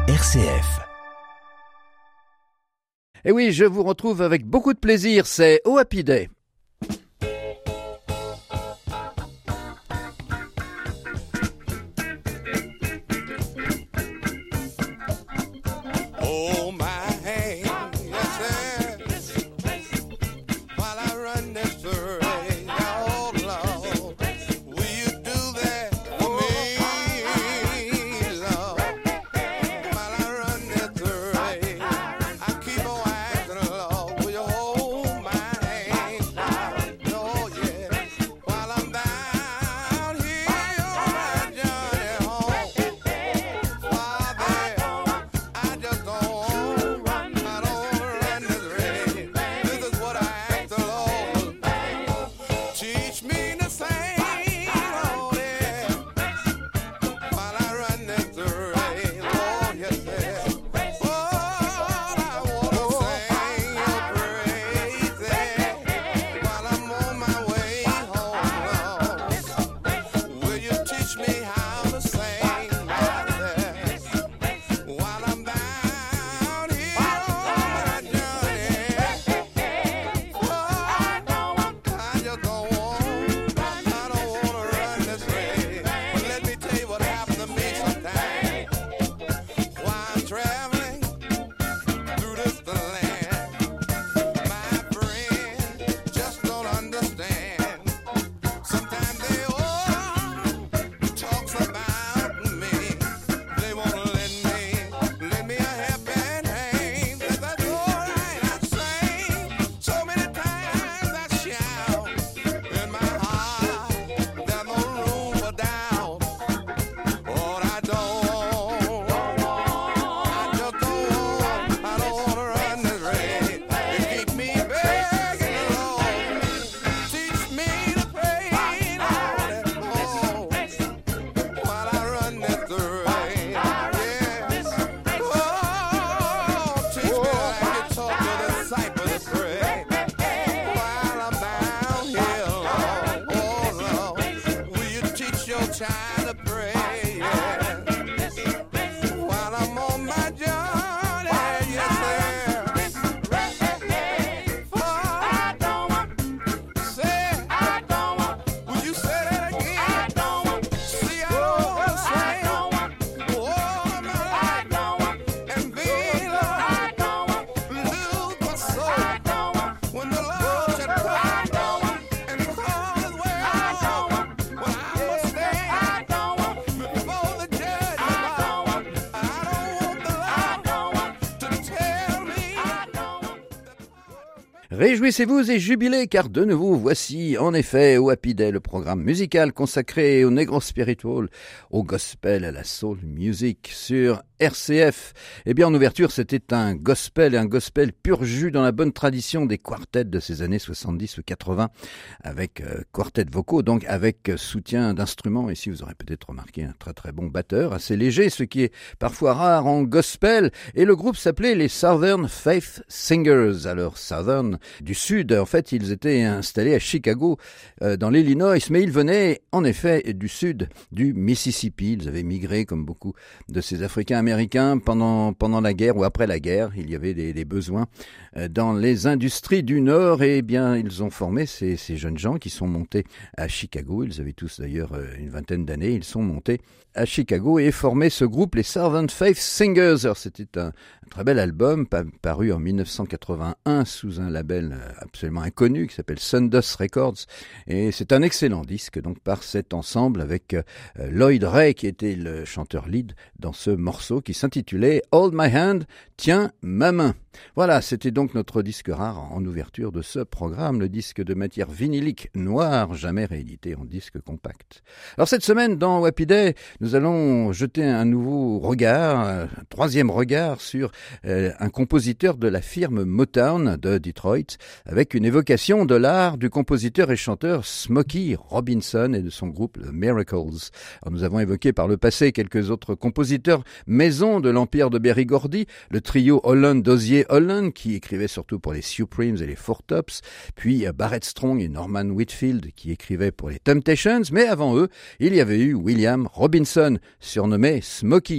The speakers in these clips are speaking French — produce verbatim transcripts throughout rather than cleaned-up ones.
R C F. Et oui, je vous retrouve avec beaucoup de plaisir, c'est Oh Happy Day. Réjouissez-vous et jubilez, car de nouveau, voici en effet Oh Happy Day, le programme musical consacré au negro spiritual, au gospel, à la soul music sur R C F. Eh bien, en ouverture, c'était un gospel, un gospel pur jus dans la bonne tradition des quartets de ces années soixante-dix ou quatre-vingts, avec euh, quartets vocaux, donc avec euh, soutien d'instruments. Ici, vous aurez peut-être remarqué un très très bon batteur, assez léger, ce qui est parfois rare en gospel. Et le groupe s'appelait les Southern Faith Singers. Alors, Southern, du sud, en fait, ils étaient installés à Chicago, euh, dans l'Illinois, mais ils venaient en effet du sud, du Mississippi. Ils avaient migré, comme beaucoup de ces Africains américains, pendant, pendant la guerre ou après la guerre. Il y avait des, des besoins euh, dans les industries du Nord, et bien, ils ont formé ces, ces jeunes gens qui sont montés à Chicago. Ils avaient tous d'ailleurs euh, une vingtaine d'années. Ils sont montés à Chicago et formé ce groupe, les Southern Faith Singers. Alors, c'était un, un très bel album paru en dix-neuf cent quatre-vingt-un sous un label absolument inconnu qui s'appelle Sundust Records, et c'est un excellent disque donc par cet ensemble avec euh, Lloyd Ray qui était le chanteur lead dans ce morceau qui s'intitulait Hold My Hand, tiens ma main. Voilà, c'était donc notre disque rare en ouverture de ce programme, le disque de matière vinylique noire, jamais réédité en disque compact. Alors cette semaine dans Happy Day, nous allons jeter un nouveau regard, un troisième regard sur euh, un compositeur de la firme Motown de Detroit, avec une évocation de l'art du compositeur et chanteur Smokey Robinson et de son groupe The Miracles. Alors nous avons évoqué par le passé quelques autres compositeurs maison de l'empire de Berry Gordy, le trio Holland, Dozier, Holland, qui écrivait surtout pour les Supremes et les Four Tops, puis Barrett Strong et Norman Whitfield qui écrivaient pour les Temptations, mais avant eux, il y avait eu William Robinson, surnommé Smokey.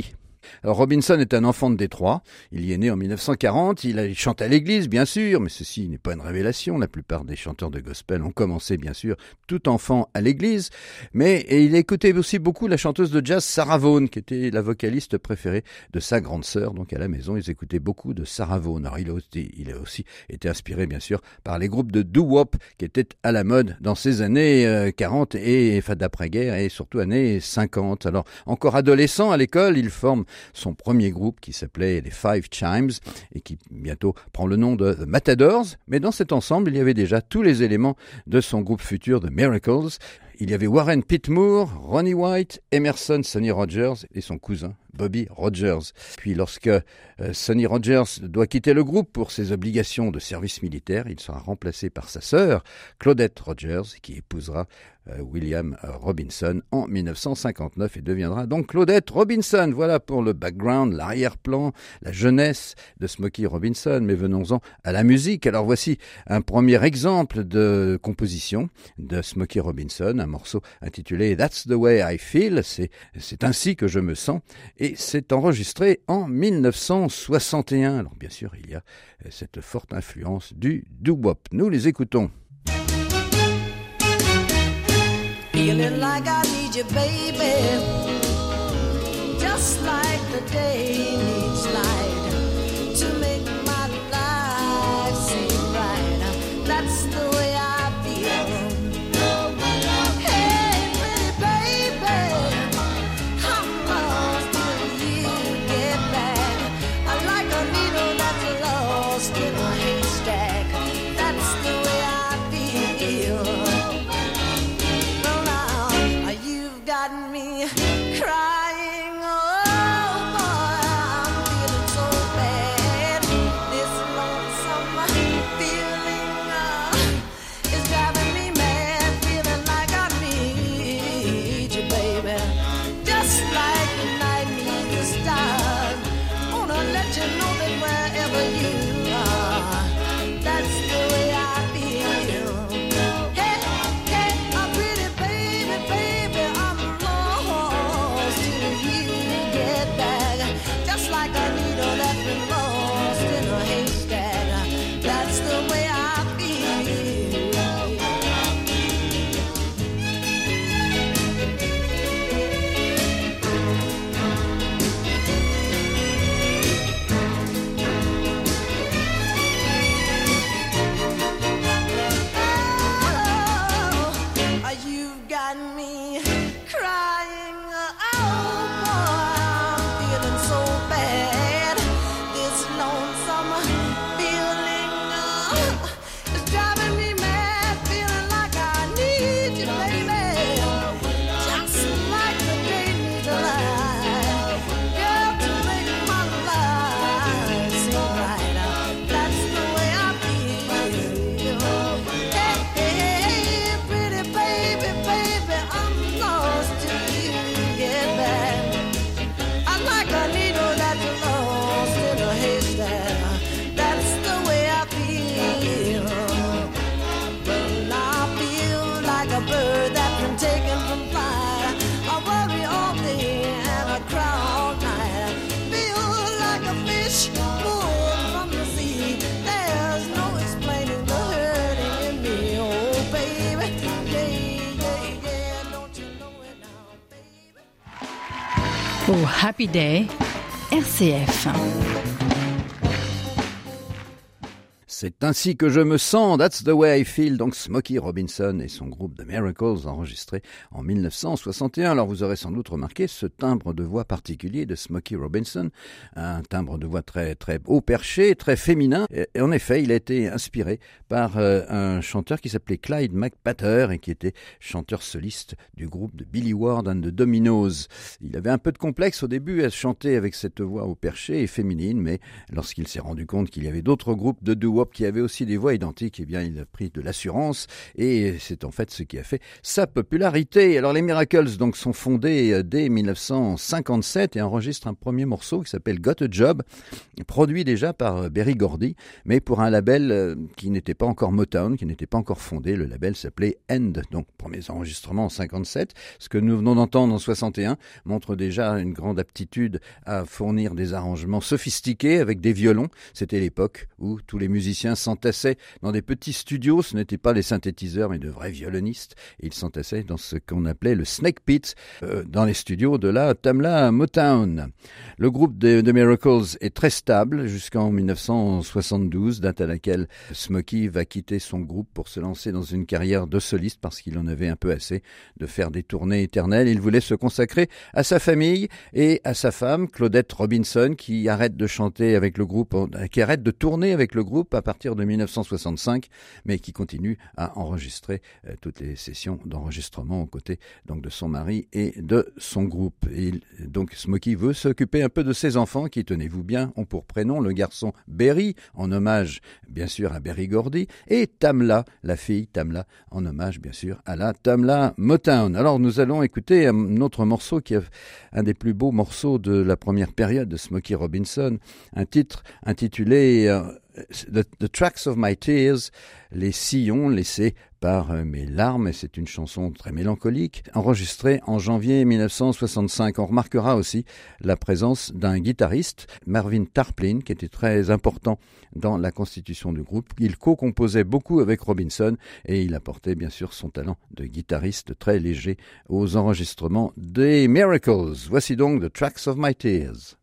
Alors Robinson est un enfant de Détroit, il y est né en mille neuf cent quarante, il, a, il chante à l'église bien sûr, mais ceci n'est pas une révélation, la plupart des chanteurs de gospel ont commencé bien sûr tout enfant à l'église, mais et il écoutait aussi beaucoup la chanteuse de jazz Sarah Vaughan, qui était la vocaliste préférée de sa grande sœur, donc à la maison ils écoutaient beaucoup de Sarah Vaughan. Alors il a aussi, il a aussi été inspiré bien sûr par les groupes de doo-wop qui étaient à la mode dans ces années euh, quarante et enfin d'après-guerre et surtout années cinquante. Alors encore adolescent à l'école, il forme son premier groupe qui s'appelait les Five Chimes et qui bientôt prend le nom de The Matadors. Mais dans cet ensemble, il y avait déjà tous les éléments de son groupe futur The Miracles. Il y avait Warren Pittmoore, Ronnie White, Emerson Sonny Rogers et son cousin Bobby Rogers. Puis lorsque euh, Sonny Rogers doit quitter le groupe pour ses obligations de service militaire, il sera remplacé par sa sœur Claudette Rogers qui épousera euh, William Robinson en mille neuf cent cinquante-neuf et deviendra donc Claudette Robinson. Voilà pour le background, l'arrière-plan, la jeunesse de Smokey Robinson. Mais venons-en à la musique. Alors voici un premier exemple de composition de Smokey Robinson, un morceau intitulé That's the Way I Feel, c'est, c'est ainsi que je me sens, et c'est enregistré en mille neuf cent soixante et un. Alors bien sûr, il y a cette forte influence du doo-wop. Nous les écoutons. Feeling like I need you, baby, just like the day needs light to make my life seem right. That's the way I feel. Hey, pretty baby, I'm lost till you get back. I like a needle that's lost in a haystack. That's the way I feel. Got me crying, oh boy, I'm feeling so bad. This lonesome feeling uh, is driving me mad. Feeling like I need you, baby, just like the night needs the stars. Wanna let you know that wherever you are, that's the way I feel. Hey, hey, I'm pretty baby, baby, I'm like a needle that's been lost in a haystack. That's the way I feel. Oh, you've got me crying. Oh boy, I'm feeling so bad. This lonesome feeling uh, is driving me mad. Feeling like I need you, baby, just like the day needs a light. Girl, to make my life seem right. That's the way I feel. Hey, hey, hey, pretty baby, baby, I'm lost till you get back. I like a needle that's lost in a haystack. That's the way I feel. Well, I feel like a bird that's been taken from flight. I worry all day and I cry all night. Feel like a fish pulled from the sea. There's no explaining the hurting in me. Oh, baby, yeah, yeah, yeah. Don't you know it now, baby? Oh, Happy Day, R C F. C'est ainsi que je me sens, That's the way I feel, donc Smokey Robinson et son groupe The Miracles enregistré en mille neuf cent soixante et un. Alors vous aurez sans doute remarqué ce timbre de voix particulier de Smokey Robinson, un timbre de voix très très haut perché, très féminin. Et en effet, il a été inspiré par euh, un chanteur qui s'appelait Clyde McPatter et qui était chanteur soliste du groupe de Billy Ward and the Dominoes. Il avait un peu de complexe au début à chanter avec cette voix haut perché et féminine, mais lorsqu'il s'est rendu compte qu'il y avait d'autres groupes de doo-wop qui avait aussi des voix identiques, eh bien, il a pris de l'assurance et c'est en fait ce qui a fait sa popularité. Alors, les Miracles, donc, sont fondés dès dix-neuf cent cinquante-sept et enregistrent un premier morceau qui s'appelle Got a Job, produit déjà par Berry Gordy, mais pour un label qui n'était pas encore Motown, qui n'était pas encore fondé. Le label s'appelait End. Donc, premiers enregistrements en cinquante-sept. Ce que nous venons d'entendre en soixante et un montre déjà une grande aptitude à fournir des arrangements sophistiqués avec des violons. C'était l'époque où tous les musiciens s'entassaient dans des petits studios. Ce n'étaient pas les synthétiseurs, mais de vrais violonistes. Et ils s'entassaient dans ce qu'on appelait le Snake Pit, euh, dans les studios de la Tamla Motown. Le groupe de The Miracles est très stable jusqu'en dix-neuf cent soixante-douze, date à laquelle Smokey va quitter son groupe pour se lancer dans une carrière de soliste parce qu'il en avait un peu assez de faire des tournées éternelles. Il voulait se consacrer à sa famille et à sa femme, Claudette Robinson, qui arrête de chanter avec le groupe, qui arrête de tourner avec le groupe à partir de dix-neuf cent soixante-cinq, mais qui continue à enregistrer euh, toutes les sessions d'enregistrement aux côtés donc de son mari et de son groupe. Et il, donc Smokey veut s'occuper un peu de ses enfants qui, tenez-vous bien, ont pour prénom le garçon Berry, en hommage bien sûr à Berry Gordy, et Tamla, la fille Tamla, en hommage bien sûr à la Tamla Motown. Alors nous allons écouter un autre morceau qui est un des plus beaux morceaux de la première période de Smokey Robinson, un titre intitulé euh, The, The Tracks of My Tears, les sillons laissés par mes larmes, et c'est une chanson très mélancolique, enregistrée en janvier dix-neuf cent soixante-cinq. On remarquera aussi la présence d'un guitariste, Marvin Tarplin, qui était très important dans la constitution du groupe. Il co-composait beaucoup avec Robinson et il apportait bien sûr son talent de guitariste très léger aux enregistrements des Miracles. Voici donc The Tracks of My Tears.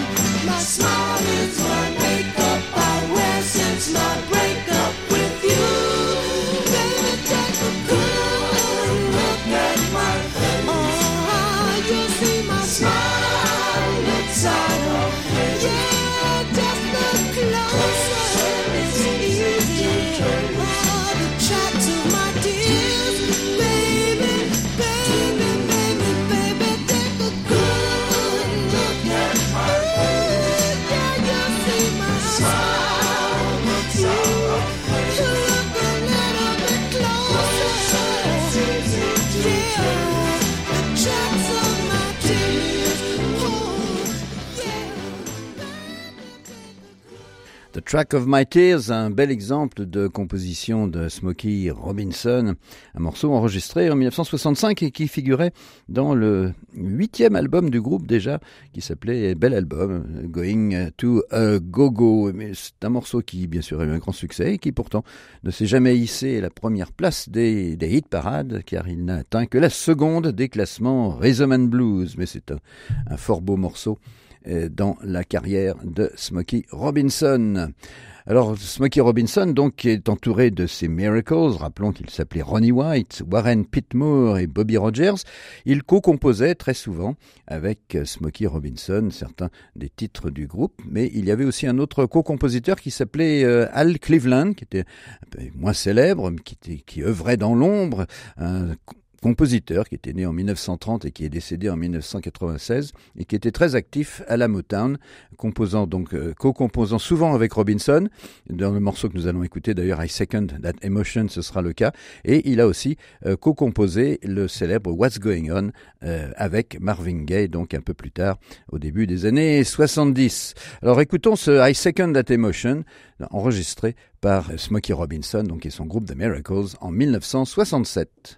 Smile is my makeup I wear since my breakup with you. Track of My Tears, un bel exemple de composition de Smokey Robinson, un morceau enregistré en dix-neuf cent soixante-cinq et qui figurait dans le huitième album du groupe déjà, qui s'appelait bel album, Going to a Go-Go. Mais c'est un morceau qui bien sûr a eu un grand succès et qui pourtant ne s'est jamais hissé à la première place des, des hit parades, car il n'a atteint que la seconde des classements Rhythm and Blues. Mais c'est un, un fort beau morceau dans la carrière de Smokey Robinson. Alors, Smokey Robinson, donc, est entouré de ses Miracles. Rappelons qu'il s'appelait Ronnie White, Warren Pittmore et Bobby Rogers. Il co-composait très souvent avec Smokey Robinson certains des titres du groupe, mais il y avait aussi un autre co-compositeur qui s'appelait euh, Al Cleveland, qui était un peu moins célèbre, qui, était, qui œuvrait dans l'ombre, un compositeur qui était né en dix-neuf cent trente et qui est décédé en dix-neuf cent quatre-vingt-seize et qui était très actif à la Motown, composant donc euh, co-composant souvent avec Robinson. Dans le morceau que nous allons écouter d'ailleurs, I Second That Emotion, ce sera le cas. Et il a aussi euh, co-composé le célèbre What's Going On euh, avec Marvin Gaye, donc un peu plus tard, au début des années soixante-dix. Alors écoutons ce I Second That Emotion, enregistré par Smokey Robinson, donc et son groupe The Miracles en dix-neuf cent soixante-sept.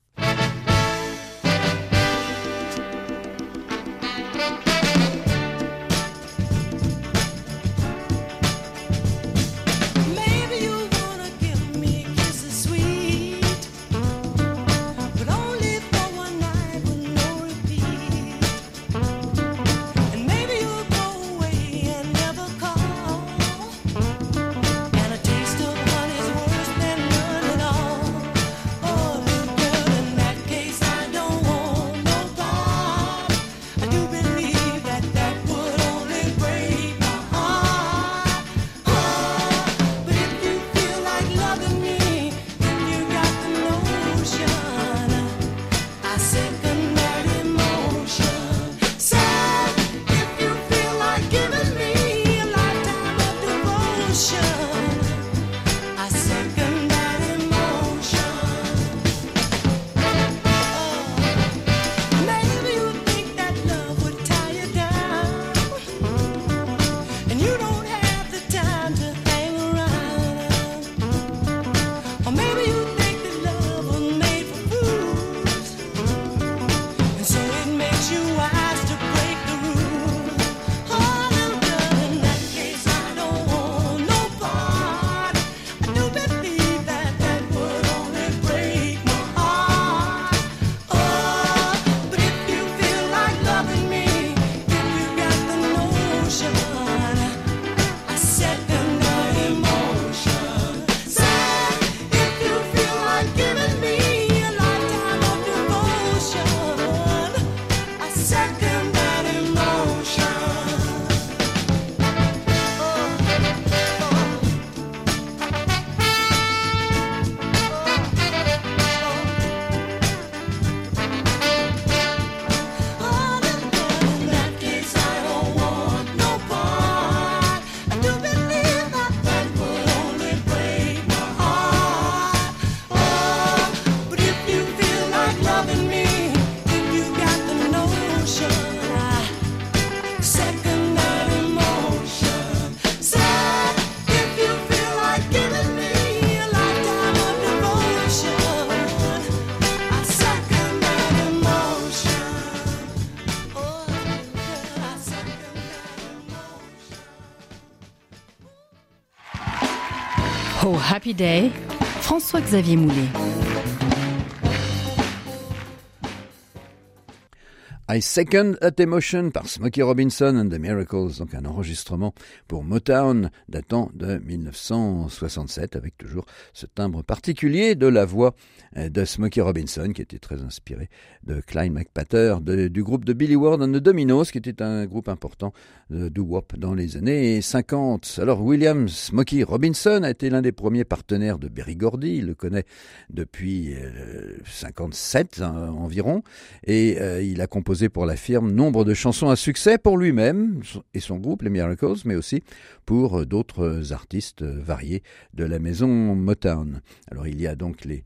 Oh Happy Day, François-Xavier Moulet. I Second That Emotion par Smokey Robinson and the Miracles, donc un enregistrement pour Motown datant de dix-neuf cent soixante-sept avec toujours ce timbre particulier de la voix de Smokey Robinson qui était très inspiré de Clyde McPatter, de, du groupe de Billy Ward and the Dominoes qui était un groupe important de doo-wop dans les années cinquante. Alors William Smokey Robinson a été l'un des premiers partenaires de Berry Gordy, il le connaît depuis euh, cinquante-sept hein, environ et euh, il a composé pour la firme nombre de chansons à succès pour lui-même et son groupe, les Miracles, mais aussi pour d'autres artistes variés de la maison Motown. Alors il y a donc les,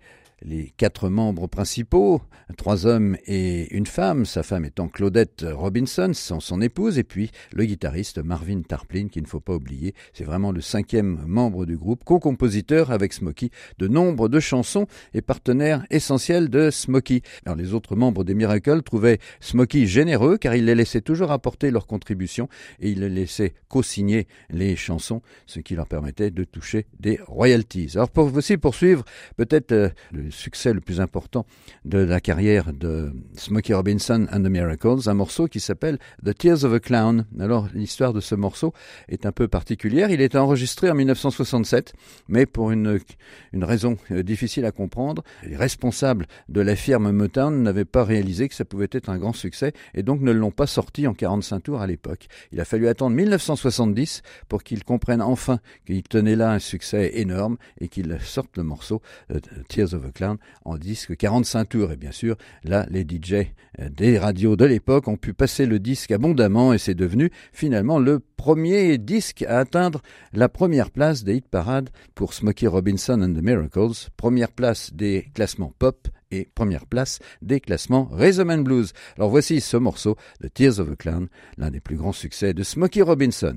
les quatre membres principaux, trois hommes et une femme, sa femme étant Claudette Robinson, son, son épouse, et puis le guitariste Marvin Tarplin, qu'il ne faut pas oublier, c'est vraiment le cinquième membre du groupe, co-compositeur avec Smokey de nombre de chansons et partenaire essentiel de Smokey. Alors les autres membres des Miracles trouvaient Smokey généreux car il les laissait toujours apporter leur contribution et il les laissait co-signer les chansons, ce qui leur permettait de toucher des royalties. Alors pour aussi poursuivre peut-être euh, le succès le plus important de la carrière de Smokey Robinson and the Miracles, un morceau qui s'appelle The Tears of a Clown. Alors l'histoire de ce morceau est un peu particulière. Il est enregistré en dix-neuf cent soixante-sept, mais pour une, une raison euh, difficile à comprendre, les responsables de la firme Motown n'avaient pas réalisé que ça pouvait être un grand succès et donc ne l'ont pas sorti en quarante-cinq tours à l'époque. Il a fallu attendre dix-neuf cent soixante-dix pour qu'ils comprennent enfin qu'il tenait là un succès énorme et qu'ils sortent le morceau euh, Tears of a Clown en disque quarante-cinq tours. Et bien sûr, là, les D J euh, des radios de l'époque ont pu passer le disque abondamment et c'est devenu finalement le premier disque à atteindre la première place des hit parades pour Smokey Robinson and the Miracles, première place des classements pop et première place des classements Rhythm and Blues. Alors voici ce morceau de Tears of a Clown, l'un des plus grands succès de Smokey Robinson.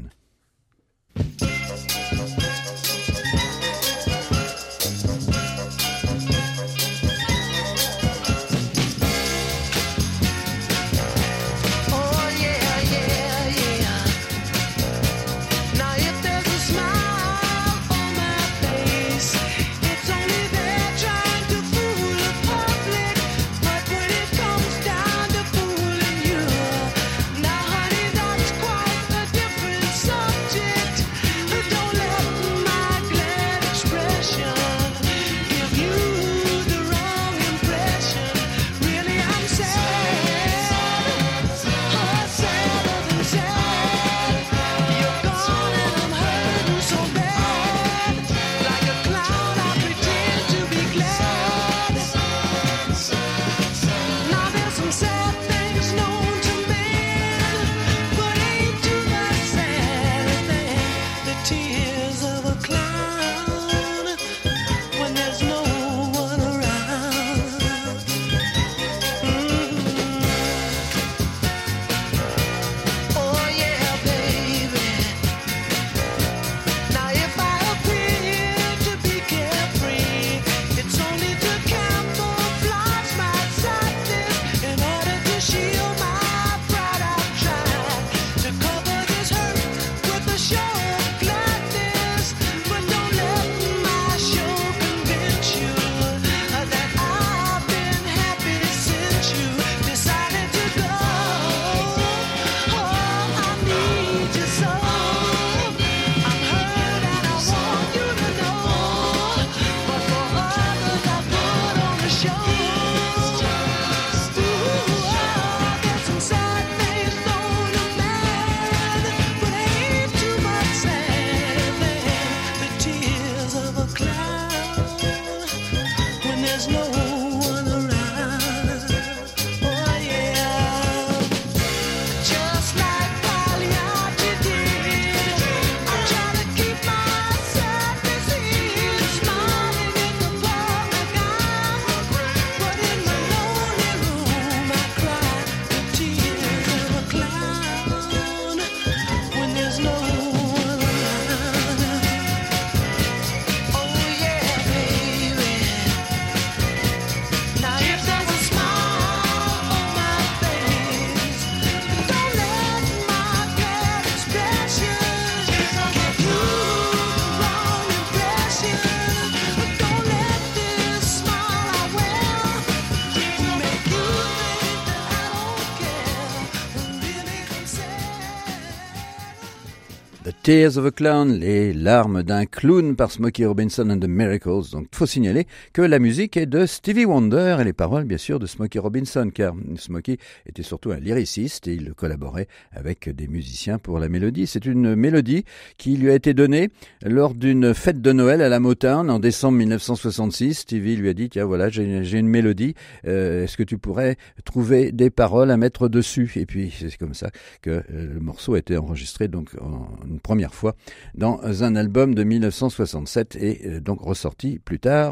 Tears of a Clown, les larmes d'un clown par Smokey Robinson and the Miracles. Donc, il faut signaler que la musique est de Stevie Wonder et les paroles, bien sûr, de Smokey Robinson, car Smokey était surtout un lyriciste et il collaborait avec des musiciens pour la mélodie. C'est une mélodie qui lui a été donnée lors d'une fête de Noël à la Motown en décembre dix-neuf cent soixante-six. Stevie lui a dit, tiens, voilà, j'ai, j'ai une mélodie, euh, est-ce que tu pourrais trouver des paroles à mettre dessus? Et puis, c'est comme ça que euh, le morceau a été enregistré, donc, en une première fois dans un album de dix-neuf cent soixante-sept et donc ressorti plus tard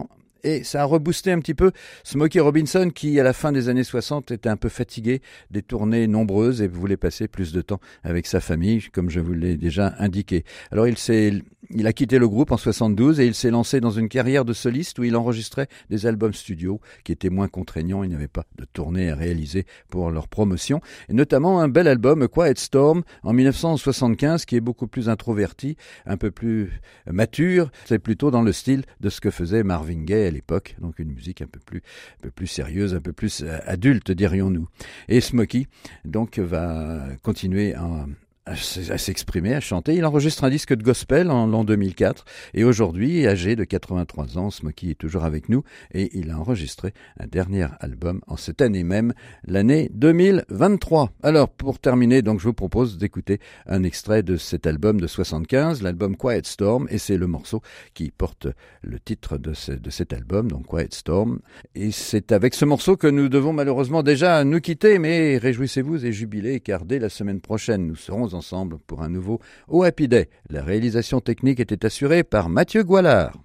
Et ça a reboosté un petit peu Smokey Robinson qui, à la fin des années soixante, était un peu fatigué des tournées nombreuses et voulait passer plus de temps avec sa famille, comme je vous l'ai déjà indiqué. Alors il s'est, il a quitté le groupe en soixante-douze et il s'est lancé dans une carrière de soliste où il enregistrait des albums studio qui étaient moins contraignants. Il n'y avait pas de tournée à réaliser pour leur promotion. Et notamment un bel album, Quiet Storm, en mille neuf cent soixante-quinze, qui est beaucoup plus introverti, un peu plus mature. C'est plutôt dans le style de ce que faisait Marvin Gaye à l'époque, donc une musique un peu plus, un peu plus sérieuse, un peu plus adulte, dirions-nous. Et Smokey, donc, va continuer à à s'exprimer, à chanter. Il enregistre un disque de gospel en l'an deux mille quatre et aujourd'hui, âgé de quatre-vingt-trois ans, Smokey est toujours avec nous et il a enregistré un dernier album en cette année même, l'année deux mille vingt-trois. Alors, pour terminer, donc, je vous propose d'écouter un extrait de cet album de soixante-quinze, l'album Quiet Storm, et c'est le morceau qui porte le titre de, ce, de cet album, donc Quiet Storm. Et c'est avec ce morceau que nous devons malheureusement déjà nous quitter, mais réjouissez-vous et jubilez, car dès la semaine prochaine, nous serons ensemble pour un nouveau Oh Happy Day. La réalisation technique était assurée par Mathieu Goualard.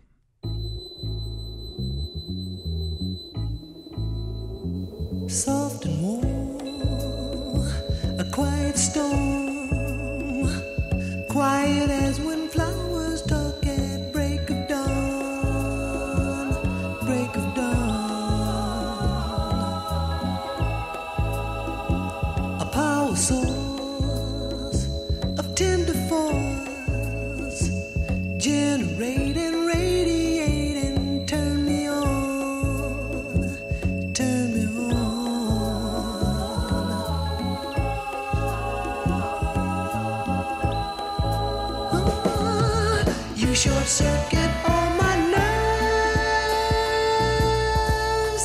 Soft and warm, a quiet storm, quiet as when flowers talk at break of dawn, break of dawn, a power source tender force, generate and radiate and turn me on, turn me on. Ah, you short circuit all my nerves,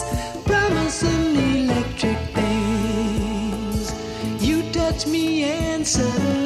promising electric things. You touch me and suddenly